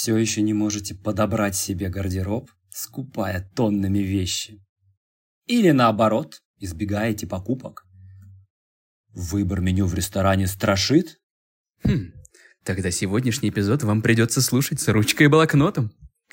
Все еще не можете подобрать себе гардероб, скупая тоннами вещи? Или наоборот, избегаете покупок? Выбор меню в ресторане страшит? Тогда сегодняшний эпизод вам придется слушать с ручкой и блокнотом.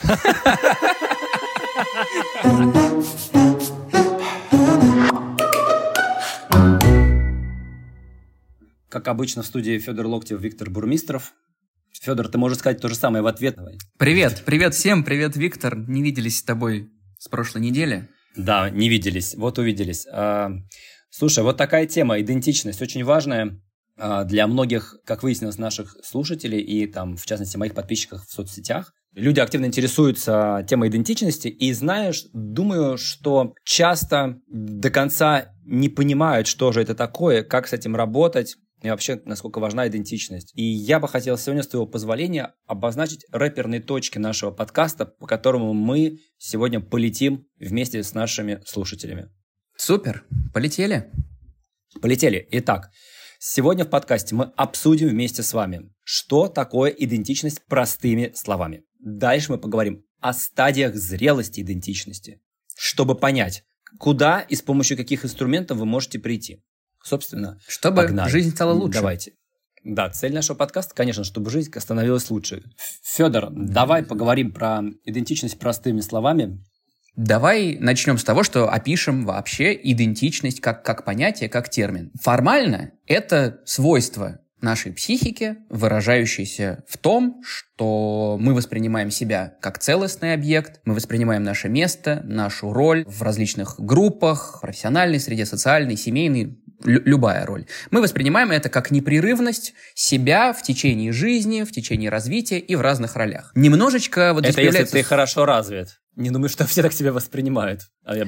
Как обычно, в студии Федор Локтев, Виктор Бурмистров. Федор, ты можешь сказать то же самое в ответ? Привет всем, привет, Виктор. Не виделись с тобой с прошлой недели. Да, не виделись, вот увиделись. Слушай, вот такая тема, идентичность, очень важная для многих, как выяснилось, наших слушателей и, там, в частности, моих подписчиков в соцсетях. Люди активно интересуются темой идентичности и, знаешь, думаю, что часто до конца не понимают, что же это такое, как с этим работать и вообще, насколько важна идентичность. И я бы хотел сегодня, с твоего позволения, обозначить рэперные точки нашего подкаста, по которому мы сегодня полетим вместе с нашими слушателями. Супер, полетели. Полетели. Итак, сегодня в подкасте мы обсудим вместе с вами, что такое идентичность простыми словами. Дальше мы поговорим о стадиях зрелости идентичности, чтобы понять, куда и с помощью каких инструментов вы можете прийти. Собственно, чтобы погнали. Жизнь стала лучше. Давайте. Да, цель нашего подкаста, конечно, чтобы жизнь становилась лучше. Федор, давай поговорим про идентичность простыми словами. Давай начнем с того, что опишем вообще идентичность как понятие, как термин. Формально это свойство нашей психики, выражающееся в том, что мы воспринимаем себя как целостный объект, мы воспринимаем наше место, нашу роль в различных группах, профессиональной среде, социальной, семейной, любая роль. Мы воспринимаем это как непрерывность себя в течение жизни, в течение развития и в разных ролях. Немножечко вот это если ты хорошо развит. Не думаю, что все так себя воспринимают.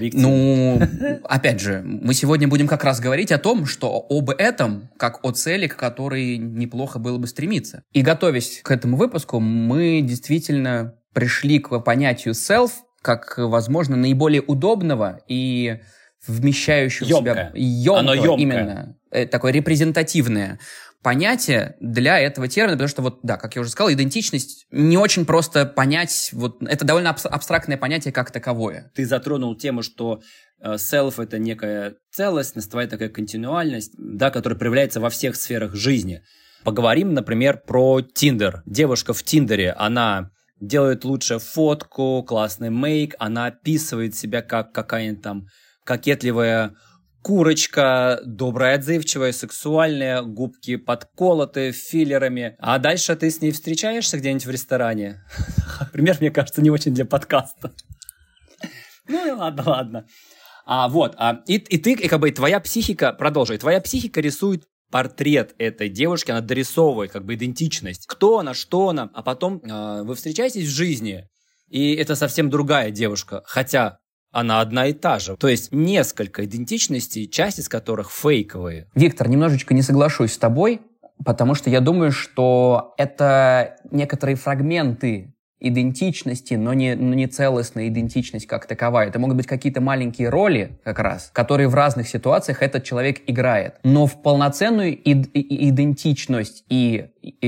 Ну, опять же, мы сегодня будем как раз говорить о том, что об этом, как о цели, к которой неплохо было бы стремиться. И готовясь к этому выпуску, мы действительно пришли к понятию self как, возможно, наиболее удобного и вмещающего в себя... Ёмкое. Именно. Такое репрезентативное понятие для этого термина, потому что, вот, да, как я уже сказал, идентичность не очень просто понять, вот, это довольно абстрактное понятие как таковое. Ты затронул тему, что self — это некая целостность, твоя такая континуальность, да, которая проявляется во всех сферах жизни. Поговорим, например, про Tinder. Девушка в Тиндере, она делает лучше фотку, классный мейк, она описывает себя как какая-нибудь там кокетливая курочка, добрая, отзывчивая, сексуальная, губки подколоты филлерами. А дальше ты с ней встречаешься где-нибудь в ресторане? Пример, мне кажется, не очень для подкаста. Ну и ладно. И ты, как бы, твоя психика, продолжай, твоя психика рисует портрет этой девушки, она дорисовывает как бы идентичность. Кто она, что она, а потом вы встречаетесь в жизни, и это совсем другая девушка, хотя она одна и та же. То есть несколько идентичностей, часть из которых фейковые. Виктор, немножечко не соглашусь с тобой, потому что я думаю, что это некоторые фрагменты идентичности, но не целостная идентичность как таковая. Это могут быть какие-то маленькие роли, как раз, которые в разных ситуациях этот человек играет. Но в полноценную идентичность и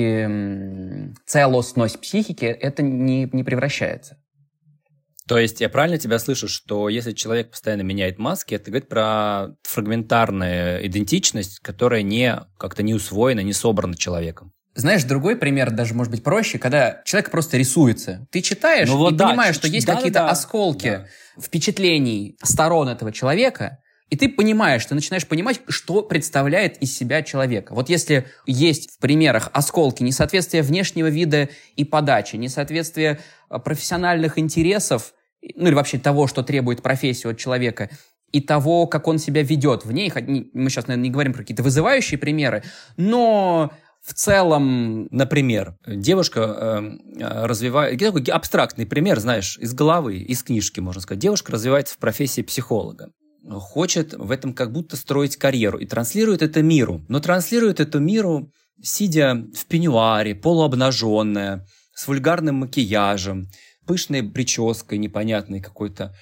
целостность психики это не превращается. То есть я правильно тебя слышу, что если человек постоянно меняет маски, это говорит про фрагментарную идентичность, которая как-то не усвоена, не собрана человеком? Знаешь, другой пример, даже может быть проще, когда человек просто рисуется. Ты читаешь понимаешь, что есть какие-то осколки впечатлений сторон этого человека, и ты начинаешь понимать, что представляет из себя человека. Вот если есть в примерах осколки несоответствия внешнего вида и подачи, несоответствия профессиональных интересов, ну или вообще того, что требует профессия от человека, и того, как он себя ведет в ней, мы сейчас, наверное, не говорим про какие-то вызывающие примеры, но в целом... Например, девушка развивает... Такой абстрактный пример, знаешь, из головы, из книжки, можно сказать. Девушка развивается в профессии психолога. Хочет в этом как будто строить карьеру и транслирует это миру. Но транслирует это миру, сидя в пеньюаре, полуобнаженная, с вульгарным макияжем, пышной прической непонятной какой-то.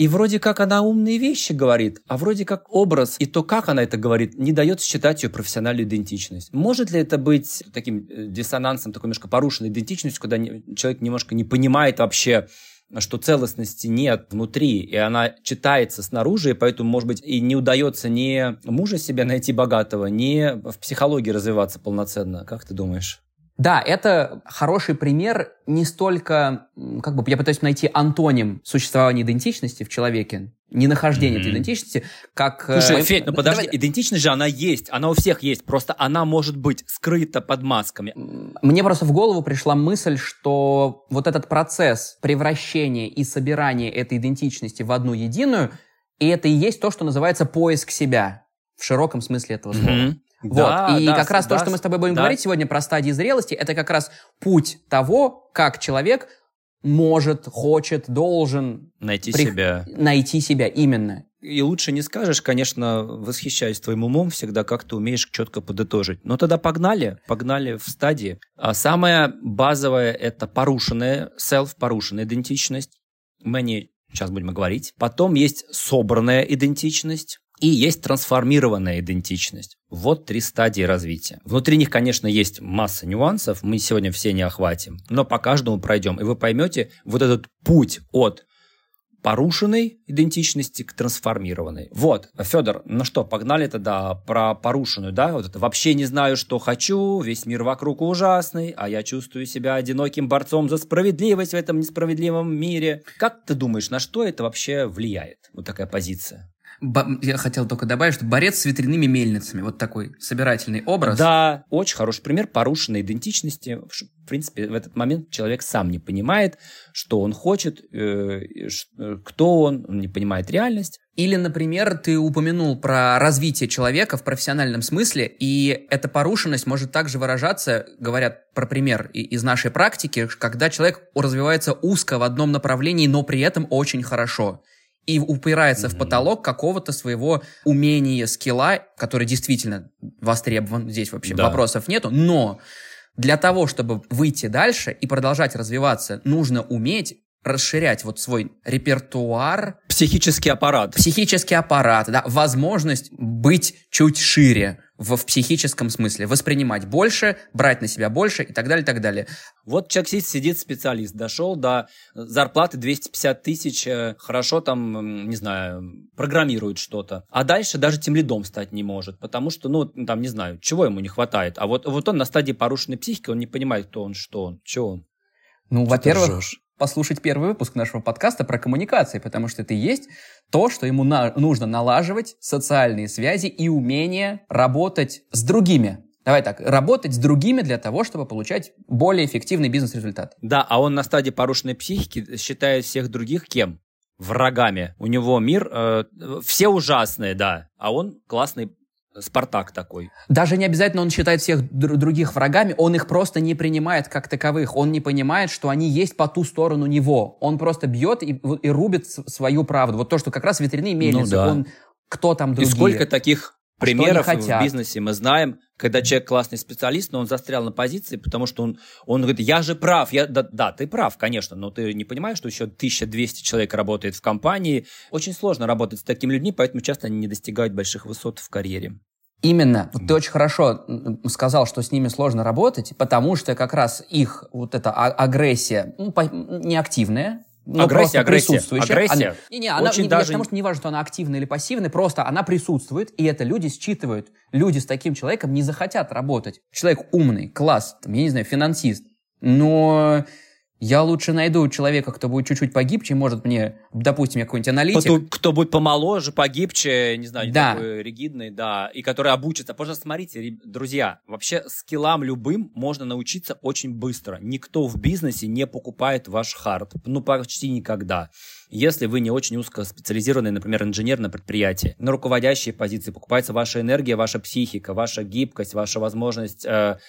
И вроде как она умные вещи говорит, а вроде как образ и то, как она это говорит, не дает считать ее профессиональную идентичность. Может ли это быть таким диссонансом, такой немножко порушенной идентичностью, когда человек немножко не понимает вообще, что целостности нет внутри, и она читается снаружи, и поэтому, может быть, и не удается ни мужа себе найти богатого, ни в психологии развиваться полноценно. Как ты думаешь? Да, это хороший пример не столько, я пытаюсь найти антоним существования идентичности в человеке, не нахождение этой идентичности, как... Слушай, Федь, подожди, идентичность же она есть, она у всех есть, просто она может быть скрыта под масками. Мне просто в голову пришла мысль, что вот этот процесс превращения и собирания этой идентичности в одну единую, и это и есть то, что называется поиск себя, в широком смысле этого слова. Вот. Да, и как раз то, что мы с тобой будем говорить сегодня про стадии зрелости, это как раз путь того, как человек может, хочет, должен... Найти себя. Найти себя, именно. И лучше не скажешь, конечно, восхищаюсь твоим умом, всегда как ты умеешь четко подытожить. Но тогда погнали в стадии. А самое базовое – это порушенная порушенная идентичность. Мы о ней сейчас будем говорить. Потом есть собранная идентичность. И есть трансформированная идентичность. Вот 3 стадии развития. Внутри них, конечно, есть масса нюансов, мы сегодня все не охватим, но по каждому пройдем, и вы поймете вот этот путь от порушенной идентичности к трансформированной. Вот, Федор, ну что, погнали тогда про порушенную, да? Вот это вообще не знаю, что хочу, весь мир вокруг ужасный, а я чувствую себя одиноким борцом за справедливость в этом несправедливом мире. Как ты думаешь, на что это вообще влияет? Вот такая позиция. Я хотел только добавить, что борец с ветряными мельницами. Вот такой собирательный образ. Да, очень хороший пример порушенной идентичности. В принципе, в этот момент человек сам не понимает, что он хочет, кто он не понимает реальность. Или, например, ты упомянул про развитие человека в профессиональном смысле, и эта порушенность может также выражаться, говорят про пример из нашей практики, когда человек развивается узко в одном направлении, но при этом очень хорошо. И упирается в потолок какого-то своего умения, скилла, который действительно востребован. Здесь вообще вопросов нету. Но для того, чтобы выйти дальше и продолжать развиваться, нужно уметь расширять вот свой репертуар. Психический аппарат. Психический аппарат, да. Возможность быть чуть шире в психическом смысле. Воспринимать больше, брать на себя больше и так далее, и так далее. Вот человек сидит специалист, дошел до зарплаты 250 тысяч, хорошо там, не знаю, программирует что-то. А дальше даже тимлидом стать не может, потому что, не знаю, чего ему не хватает. А вот он на стадии порушенной психики, он не понимает, кто он, что он, чего он. Во-первых, послушать первый выпуск нашего подкаста про коммуникации, потому что это и есть то, что ему нужно налаживать социальные связи и умение работать с другими. Давай так, работать с другими для того, чтобы получать более эффективный бизнес-результат. Да, а он на стадии порушенной психики считает всех других кем? Врагами. У него мир, все ужасные, да, а он классный Спартак такой. Даже не обязательно он считает всех других врагами, он их просто не принимает как таковых. Он не понимает, что они есть по ту сторону него. Он просто бьет и рубит свою правду. Вот то, что как раз ветряные мельницы. Кто там другие? И сколько таких примеров в бизнесе мы знаем, когда человек классный специалист, но он застрял на позиции, потому что он говорит, я же прав. Да, ты прав, конечно, но ты не понимаешь, что еще 1200 человек работает в компании. Очень сложно работать с такими людьми, поэтому часто они не достигают больших высот в карьере. Именно. Ты очень хорошо сказал, что с ними сложно работать, потому что как раз их вот эта агрессия неактивная, но агрессия. Агрессия. Потому что не важно, что она активная или пассивная, просто она присутствует, и это люди считывают. Люди с таким человеком не захотят работать. Человек умный, класс, я не знаю, финансист, но я лучше найду человека, кто будет чуть-чуть погибче, может мне, допустим, я какой-нибудь аналитик. Кто будет помоложе, погибче, не знаю, не такой ригидный, да, и который обучится. Пожалуйста, смотрите, друзья, вообще скиллам любым можно научиться очень быстро. Никто в бизнесе не покупает ваш хард, почти никогда. Если вы не очень узкоспециализированный, например, инженер на предприятии, на руководящие позиции покупается ваша энергия, ваша психика, ваша гибкость, ваша возможность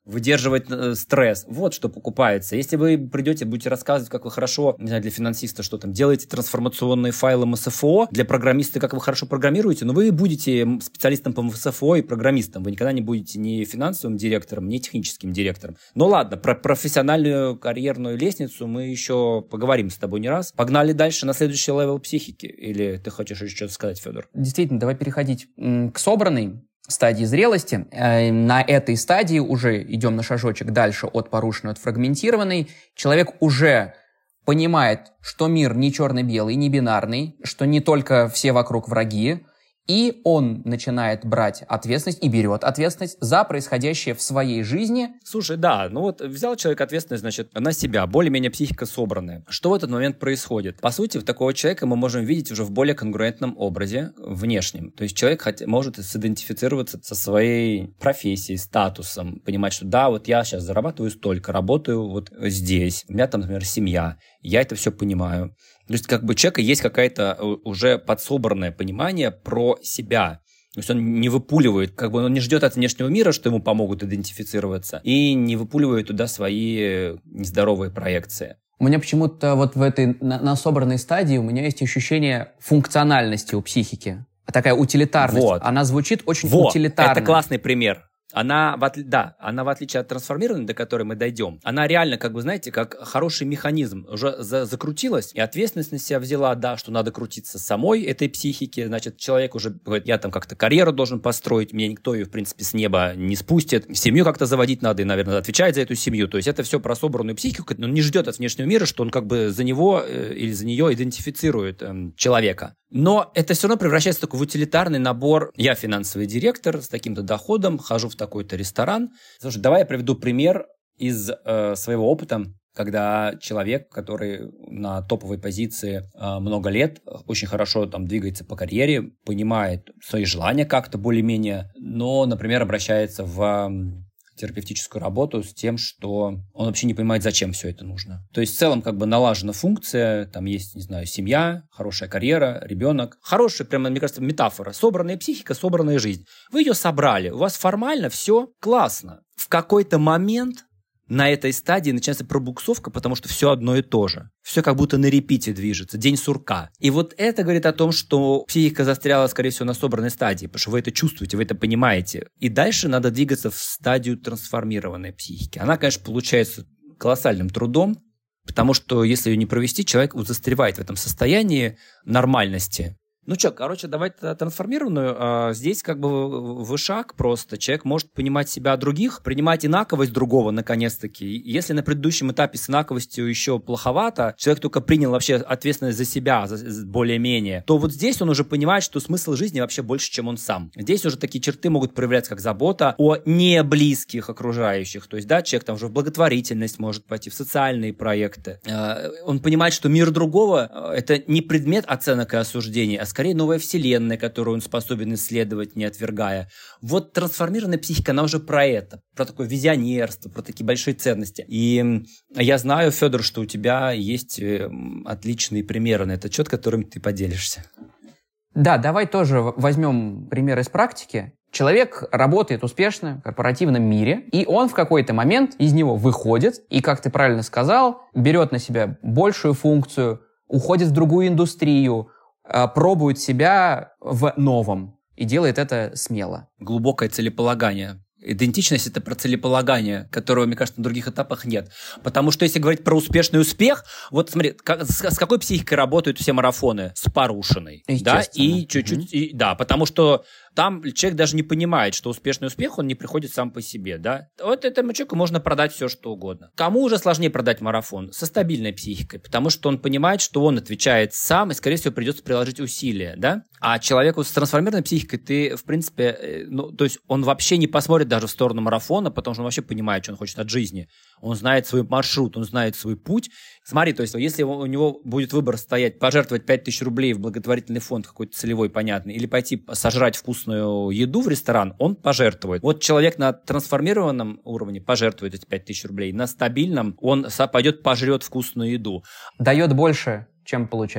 выдерживать стресс. Вот что покупается. Если вы придете, будете рассказывать, как вы хорошо, не знаю, для финансиста, что там, делаете трансформационные файлы МСФО, для программиста, как вы хорошо программируете, но вы будете специалистом по МСФО и программистом. Вы никогда не будете ни финансовым директором, ни техническим директором. Ну ладно, про профессиональную карьерную лестницу мы еще поговорим с тобой не раз. Погнали дальше на следующий левел психики. Или ты хочешь еще что-то сказать, Федор? Действительно, давай переходить к собранной стадии зрелости. На этой стадии уже идем на шажочек дальше от порушенной, от фрагментированной. Человек уже понимает, что мир не черно-белый, не бинарный, что не только все вокруг враги, и он начинает брать ответственность и берет ответственность за происходящее в своей жизни. Слушай, да, ну вот взял человек ответственность, значит, на себя, более-менее психика собранная. Что в этот момент происходит? По сути, такого человека мы можем видеть уже в более конгруентном образе, внешнем. То есть человек может сидентифицироваться со своей профессией, статусом, понимать, что да, вот я сейчас зарабатываю столько, работаю вот здесь, у меня там, например, семья, я это все понимаю. То есть как бы у человека есть какое-то уже подсобранное понимание про себя. То есть он не выпуливает, как бы он не ждет от внешнего мира, что ему помогут идентифицироваться, и не выпуливает туда свои нездоровые проекции. У меня почему-то вот в этой на собранной стадии у меня есть ощущение функциональности у психики. Такая утилитарность. Вот. Она звучит очень утилитарно. Это классный пример. Она, в отличие от трансформированной, до которой мы дойдем, она реально, как бы, знаете, как хороший механизм уже закрутилась, и ответственность на себя взяла, да, что надо крутиться самой этой психике, значит, человек уже говорит, я там как-то карьеру должен построить, меня никто ее, в принципе, с неба не спустит, семью как-то заводить надо, и, наверное, отвечать за эту семью, то есть это все про собранную психику, но не ждет от внешнего мира, что он как бы за него или за нее идентифицирует человека. Но это все равно превращается в утилитарный набор. Я финансовый директор с таким-то доходом, хожу в такой-то ресторан. Слушай, давай я приведу пример из своего опыта, когда человек, который на топовой позиции много лет, очень хорошо там двигается по карьере, понимает свои желания как-то более-менее, но, например, обращается в терапевтическую работу с тем, что он вообще не понимает, зачем все это нужно. То есть в целом как бы налажена функция, там есть, не знаю, семья, хорошая карьера, ребенок. Хорошая, прямо, мне кажется, метафора. Собранная психика, собранная жизнь. Вы ее собрали, у вас формально все классно. В какой-то момент на этой стадии начинается пробуксовка, потому что все одно и то же. Все как будто на репите движется, день сурка. И вот это говорит о том, что психика застряла, скорее всего, на собранной стадии, потому что вы это чувствуете, вы это понимаете. И дальше надо двигаться в стадию трансформированной психики. Она, конечно, получается колоссальным трудом, потому что если ее не провести, человек застревает в этом состоянии нормальности. Ну что, короче, давай трансформированную. Здесь как бы вышаг просто. Человек может понимать себя других, принимать инаковость другого, наконец-таки. Если на предыдущем этапе с инаковостью еще плоховато, человек только принял вообще ответственность за себя, более-менее, то вот здесь он уже понимает, что смысл жизни вообще больше, чем он сам. Здесь уже такие черты могут проявляться, как забота о неблизких окружающих. То есть, да, человек там уже в благотворительность может пойти, в социальные проекты. Он понимает, что мир другого – это не предмет оценок и осуждений, а скорее новая вселенная, которую он способен исследовать, не отвергая. Вот трансформированная психика, она уже про это, про такое визионерство, про такие большие ценности. И я знаю, Федор, что у тебя есть отличные примеры на этот счет, которыми ты поделишься. Да, давай тоже возьмем пример из практики. Человек работает успешно в корпоративном мире, и он в какой-то момент из него выходит, и, как ты правильно сказал, берет на себя большую функцию, уходит в другую индустрию, пробует себя в новом и делает это смело. Глубокое целеполагание. Идентичность – это про целеполагание, которого, мне кажется, на других этапах нет. Потому что если говорить про успешный успех, вот смотри, с какой психикой работают все марафоны? С порушенной. Да, и чуть-чуть, да, потому что там человек даже не понимает, что успешный успех, он не приходит сам по себе, да. Вот этому человеку можно продать все, что угодно. Кому уже сложнее продать марафон? Со стабильной психикой, потому что он понимает, что он отвечает сам, и, скорее всего, придется приложить усилия, да. А человеку с трансформированной психикой ты, в принципе, то есть он вообще не посмотрит даже в сторону марафона, потому что он вообще понимает, что он хочет от жизни. Он знает свой маршрут, он знает свой путь. Смотри, то есть если у него будет выбор стоять, пожертвовать 5000 рублей в благотворительный фонд какой-то целевой, понятный, или пойти сожрать вкусную еду в ресторан, он пожертвует. Вот человек на трансформированном уровне пожертвует эти 5000 рублей, на стабильном он пойдет пожрет вкусную еду. Дает больше, чем получает.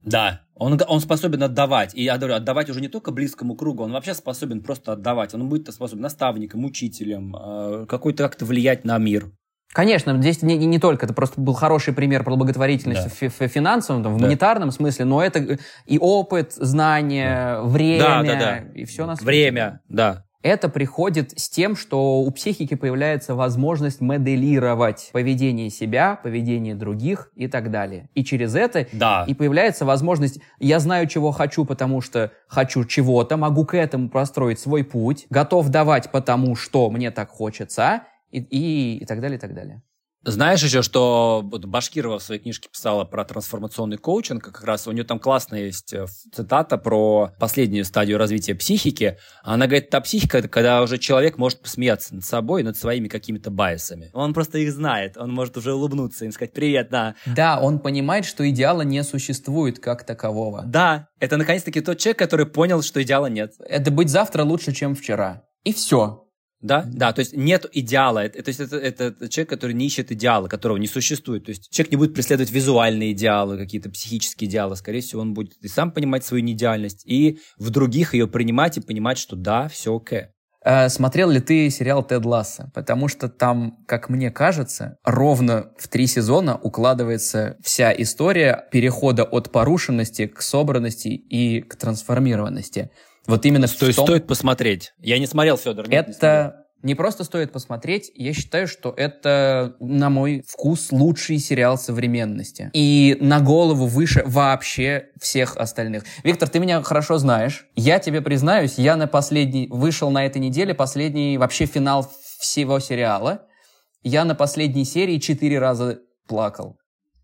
Да, он способен отдавать. И я говорю, отдавать уже не только близкому кругу, он вообще способен просто отдавать. Он будет способен наставником, учителем, как-то влиять на мир. Конечно, здесь не только, это просто был хороший пример про благотворительность в финансовом, в монетарном смысле, но это и опыт, знания, время, и все на свете. Время, да. Это приходит с тем, что у психики появляется возможность моделировать поведение себя, поведение других и так далее. И через это и появляется возможность, я знаю, чего хочу, потому что хочу чего-то, могу к этому простроить свой путь, готов давать потому, что мне так хочется, и так далее, и так далее. Знаешь еще, что Башкирова в своей книжке писала про трансформационный коучинг, как раз у нее там классная есть цитата про последнюю стадию развития психики. Она говорит, та психика, это когда уже человек может посмеяться над собой, над своими какими-то байсами. Он просто их знает, он может уже улыбнуться и сказать «Привет, да». Да, он понимает, что идеала не существует как такового. Да, это наконец-таки тот человек, который понял, что идеала нет. Это быть завтра лучше, чем вчера. И все. Да, то есть нет идеала, это человек, который не ищет идеала, которого не существует, то есть человек не будет преследовать визуальные идеалы, какие-то психические идеалы, скорее всего, он будет и сам понимать свою неидеальность, и в других ее принимать и понимать, что да, все окей. Смотрел ли ты сериал «Тед Лассо»? Потому что там, как мне кажется, ровно в 3 сезона укладывается вся история перехода от порушенности к собранности и к трансформированности. Вот именно стоит посмотреть. Я не смотрел, Федор. Это не просто стоит посмотреть, я считаю, что это, на мой вкус, лучший сериал современности. И на голову выше вообще всех остальных. Виктор, ты меня хорошо знаешь. Я тебе признаюсь, я вышел на этой неделе последний, вообще финал всего сериала. Я на последней серии 4 раза плакал.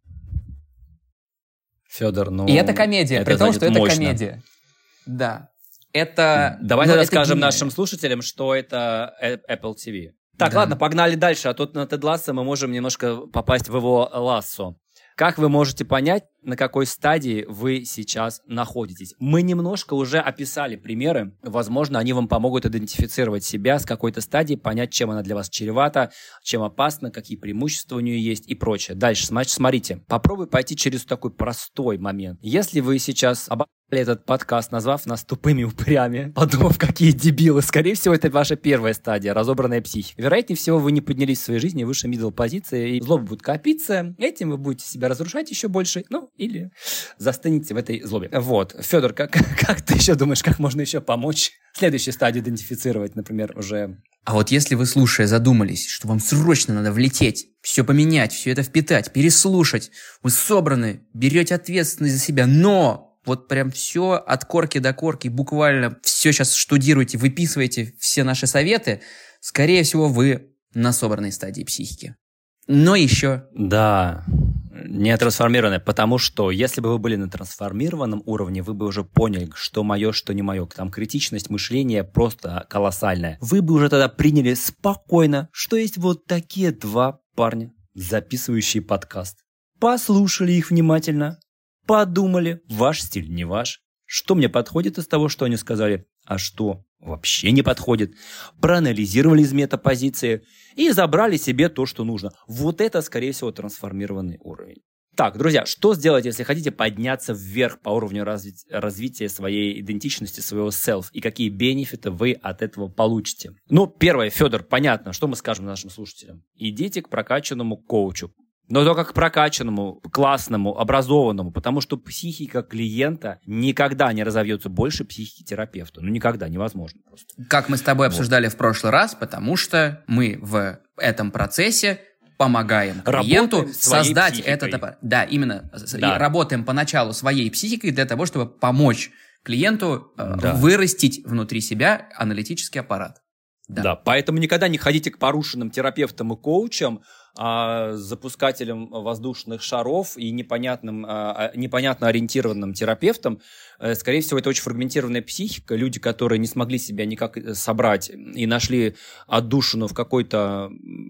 Федор, И это комедия, при том, что это комедия. Да. Давай тогда скажем нашим слушателям, что это Apple TV. Так, ладно, погнали дальше, а тут на Тед Лассо мы можем немножко попасть в его лассо. Как вы можете понять, на какой стадии вы сейчас находитесь? Мы немножко уже описали примеры. Возможно, они вам помогут идентифицировать себя с какой-то стадии, понять, чем она для вас чревата, чем опасна, какие преимущества у нее есть и прочее. Дальше, смотрите, попробуй пойти через такой простой момент. Если вы сейчас этот подкаст, назвав нас тупыми упырями, подумав, какие дебилы, скорее всего, это ваша первая стадия, разобранная психика. Вероятнее всего, вы не поднялись в своей жизни выше middle позиции, и злоба будет копиться, этим вы будете себя разрушать еще больше, или застынете в этой злобе. Вот. Федор, как ты еще думаешь, как можно еще помочь следующей стадии идентифицировать, например, уже... А вот если вы, слушая, задумались, что вам срочно надо влететь, все поменять, все это впитать, переслушать, вы собраны, берете ответственность за себя, но... Вот прям все от корки до корки, буквально все сейчас штудируете, выписываете все наши советы, скорее всего, вы на собранной стадии психики. Но еще... Да, не трансформированная, потому что если бы вы были на трансформированном уровне, вы бы уже поняли, что мое, что не мое. Там критичность мышления просто колоссальная. Вы бы уже тогда приняли спокойно, что есть вот такие 2 парня, записывающие подкаст. Послушали их внимательно. Подумали, ваш стиль не ваш, что мне подходит из того, что они сказали, а что вообще не подходит. Проанализировали из метапозиции и забрали себе то, что нужно. Вот это, скорее всего, трансформированный уровень. Так, друзья, что сделать, если хотите подняться вверх по уровню развития своей идентичности, своего self, и какие бенефиты вы от этого получите? Первое, Федор, понятно, что мы скажем нашим слушателям. Идите к прокачанному коучу. Но только к прокачанному, классному, образованному, потому что психика клиента никогда не разовьется больше психики терапевта. Никогда, невозможно просто. Как мы с тобой обсуждали в прошлый раз, потому что мы в этом процессе помогаем клиенту создать это. Да, именно. Да. Работаем поначалу своей психикой для того, чтобы помочь клиенту вырастить внутри себя аналитический аппарат. Да, поэтому никогда не ходите к порушенным терапевтам и коучам, запускателем воздушных шаров и непонятно ориентированным терапевтом. Скорее всего, это очень фрагментированная психика. Люди, которые не смогли себя никак собрать и нашли отдушину в какой-то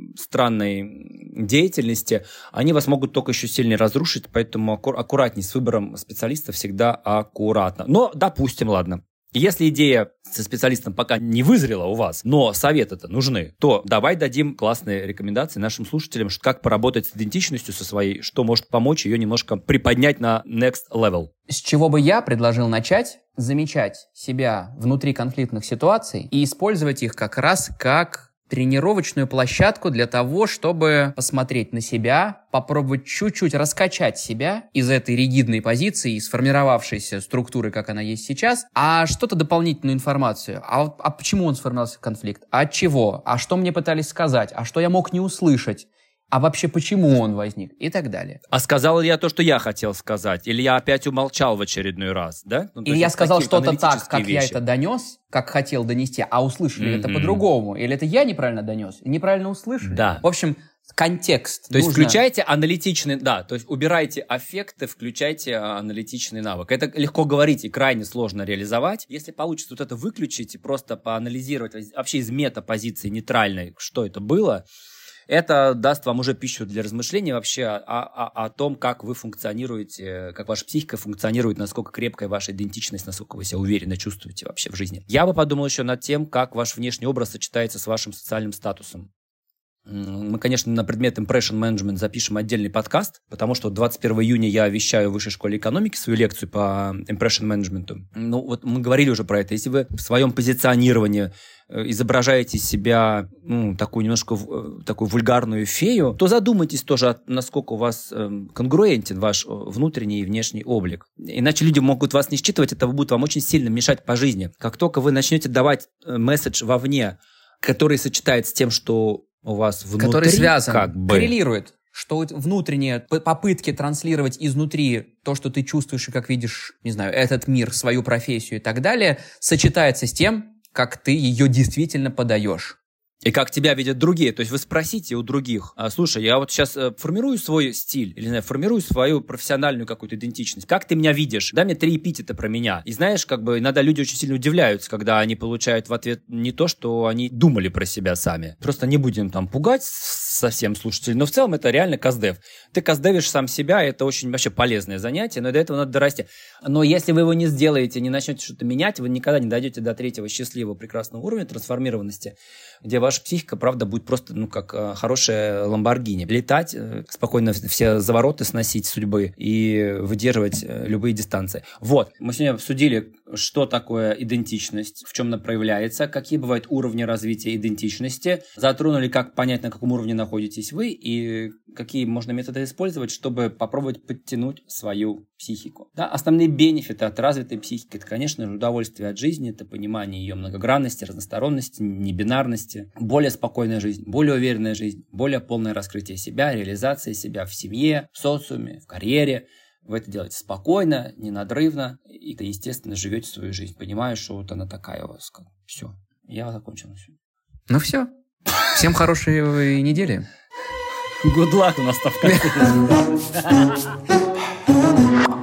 странной деятельности, они вас могут только еще сильнее разрушить, поэтому аккуратней с выбором специалиста, всегда аккуратно. Но, допустим, ладно. Если идея со специалистом пока не вызрела у вас, но советы-то нужны, то давай дадим классные рекомендации нашим слушателям, как поработать с идентичностью со своей, что может помочь ее немножко приподнять на next level. С чего бы я предложил начать? Замечать себя внутри конфликтных ситуаций и использовать их как раз как тренировочную площадку для того, чтобы посмотреть на себя, попробовать чуть-чуть раскачать себя из этой ригидной позиции, из сформировавшейся структуры, как она есть сейчас, а что-то дополнительную информацию. А почему он сформировался конфликт? А от чего? А что мне пытались сказать? А что я мог не услышать? А вообще почему он возник? И так далее. А сказал ли я то, что я хотел сказать? Или я опять умолчал в очередной раз? Да? Или я сказал что-то так, как я это донес, как хотел донести, а услышали это по-другому? Или это я неправильно донес, неправильно услышали? Да. В общем, контекст. То есть включайте аналитичный, то есть убирайте аффекты, включайте аналитичный навык. Это легко говорить и крайне сложно реализовать. Если получится вот это выключить и просто поанализировать вообще из метапозиции нейтральной, что это было, это даст вам уже пищу для размышлений вообще о том, как вы функционируете, как ваша психика функционирует, насколько крепкая ваша идентичность, насколько вы себя уверенно чувствуете вообще в жизни. Я бы подумал еще над тем, как ваш внешний образ сочетается с вашим социальным статусом. Мы, конечно, на предмет Impression Management запишем отдельный подкаст, потому что 21 июня я вещаю в Высшей школе экономики свою лекцию по Impression Management. Ну, вот мы говорили уже про это. Если вы в своем позиционировании изображаете себя такую немножко такую вульгарную фею, то задумайтесь тоже, насколько у вас конгруентен ваш внутренний и внешний облик. Иначе люди могут вас не считывать, это будет вам очень сильно мешать по жизни. Как только вы начнете давать месседж вовне, который сочетается с тем, что у вас внутри, который связан, коррелирует, что внутренние попытки транслировать изнутри то, что ты чувствуешь и как видишь, не знаю, этот мир, свою профессию и так далее, сочетается с тем, как ты ее действительно подаешь. И как тебя видят другие. То есть вы спросите у других: слушай, я вот сейчас формирую свой стиль, или, не знаю, формирую свою профессиональную какую-то идентичность. Как ты меня видишь? Дай мне 3 эпитета про меня. И знаешь, как бы иногда люди очень сильно удивляются, когда они получают в ответ не то, что они думали про себя сами. Просто не будем там пугать совсем слушателей, но в целом это реально каздев. Ты каздевишь сам себя, это очень вообще полезное занятие, но до этого надо дорасти. Но если вы его не сделаете, не начнете что-то менять, вы никогда не дойдете до 3-го счастливого, прекрасного уровня трансформированности, где ваша психика, правда, будет просто, как хорошая Ламборгини. Летать, спокойно все завороты сносить судьбы и выдерживать любые дистанции. Вот, мы сегодня обсудили, что такое идентичность, в чем она проявляется, какие бывают уровни развития идентичности, затронули, как понять, на каком уровне находитесь вы и какие можно методы использовать, чтобы попробовать подтянуть свою психику. Да? Основные бенефиты от развитой психики — это, конечно же, удовольствие от жизни, это понимание ее многогранности, разносторонности, небинарности, более спокойная жизнь, более уверенная жизнь, более полное раскрытие себя, реализация себя в семье, в социуме, в карьере. Вы это делаете спокойно, ненадрывно, и вы, естественно, живете свою жизнь, понимая, что вот она такая у вас. Все, я закончил. Ну все. Всем хорошей недели. Good luck у нас там в конце.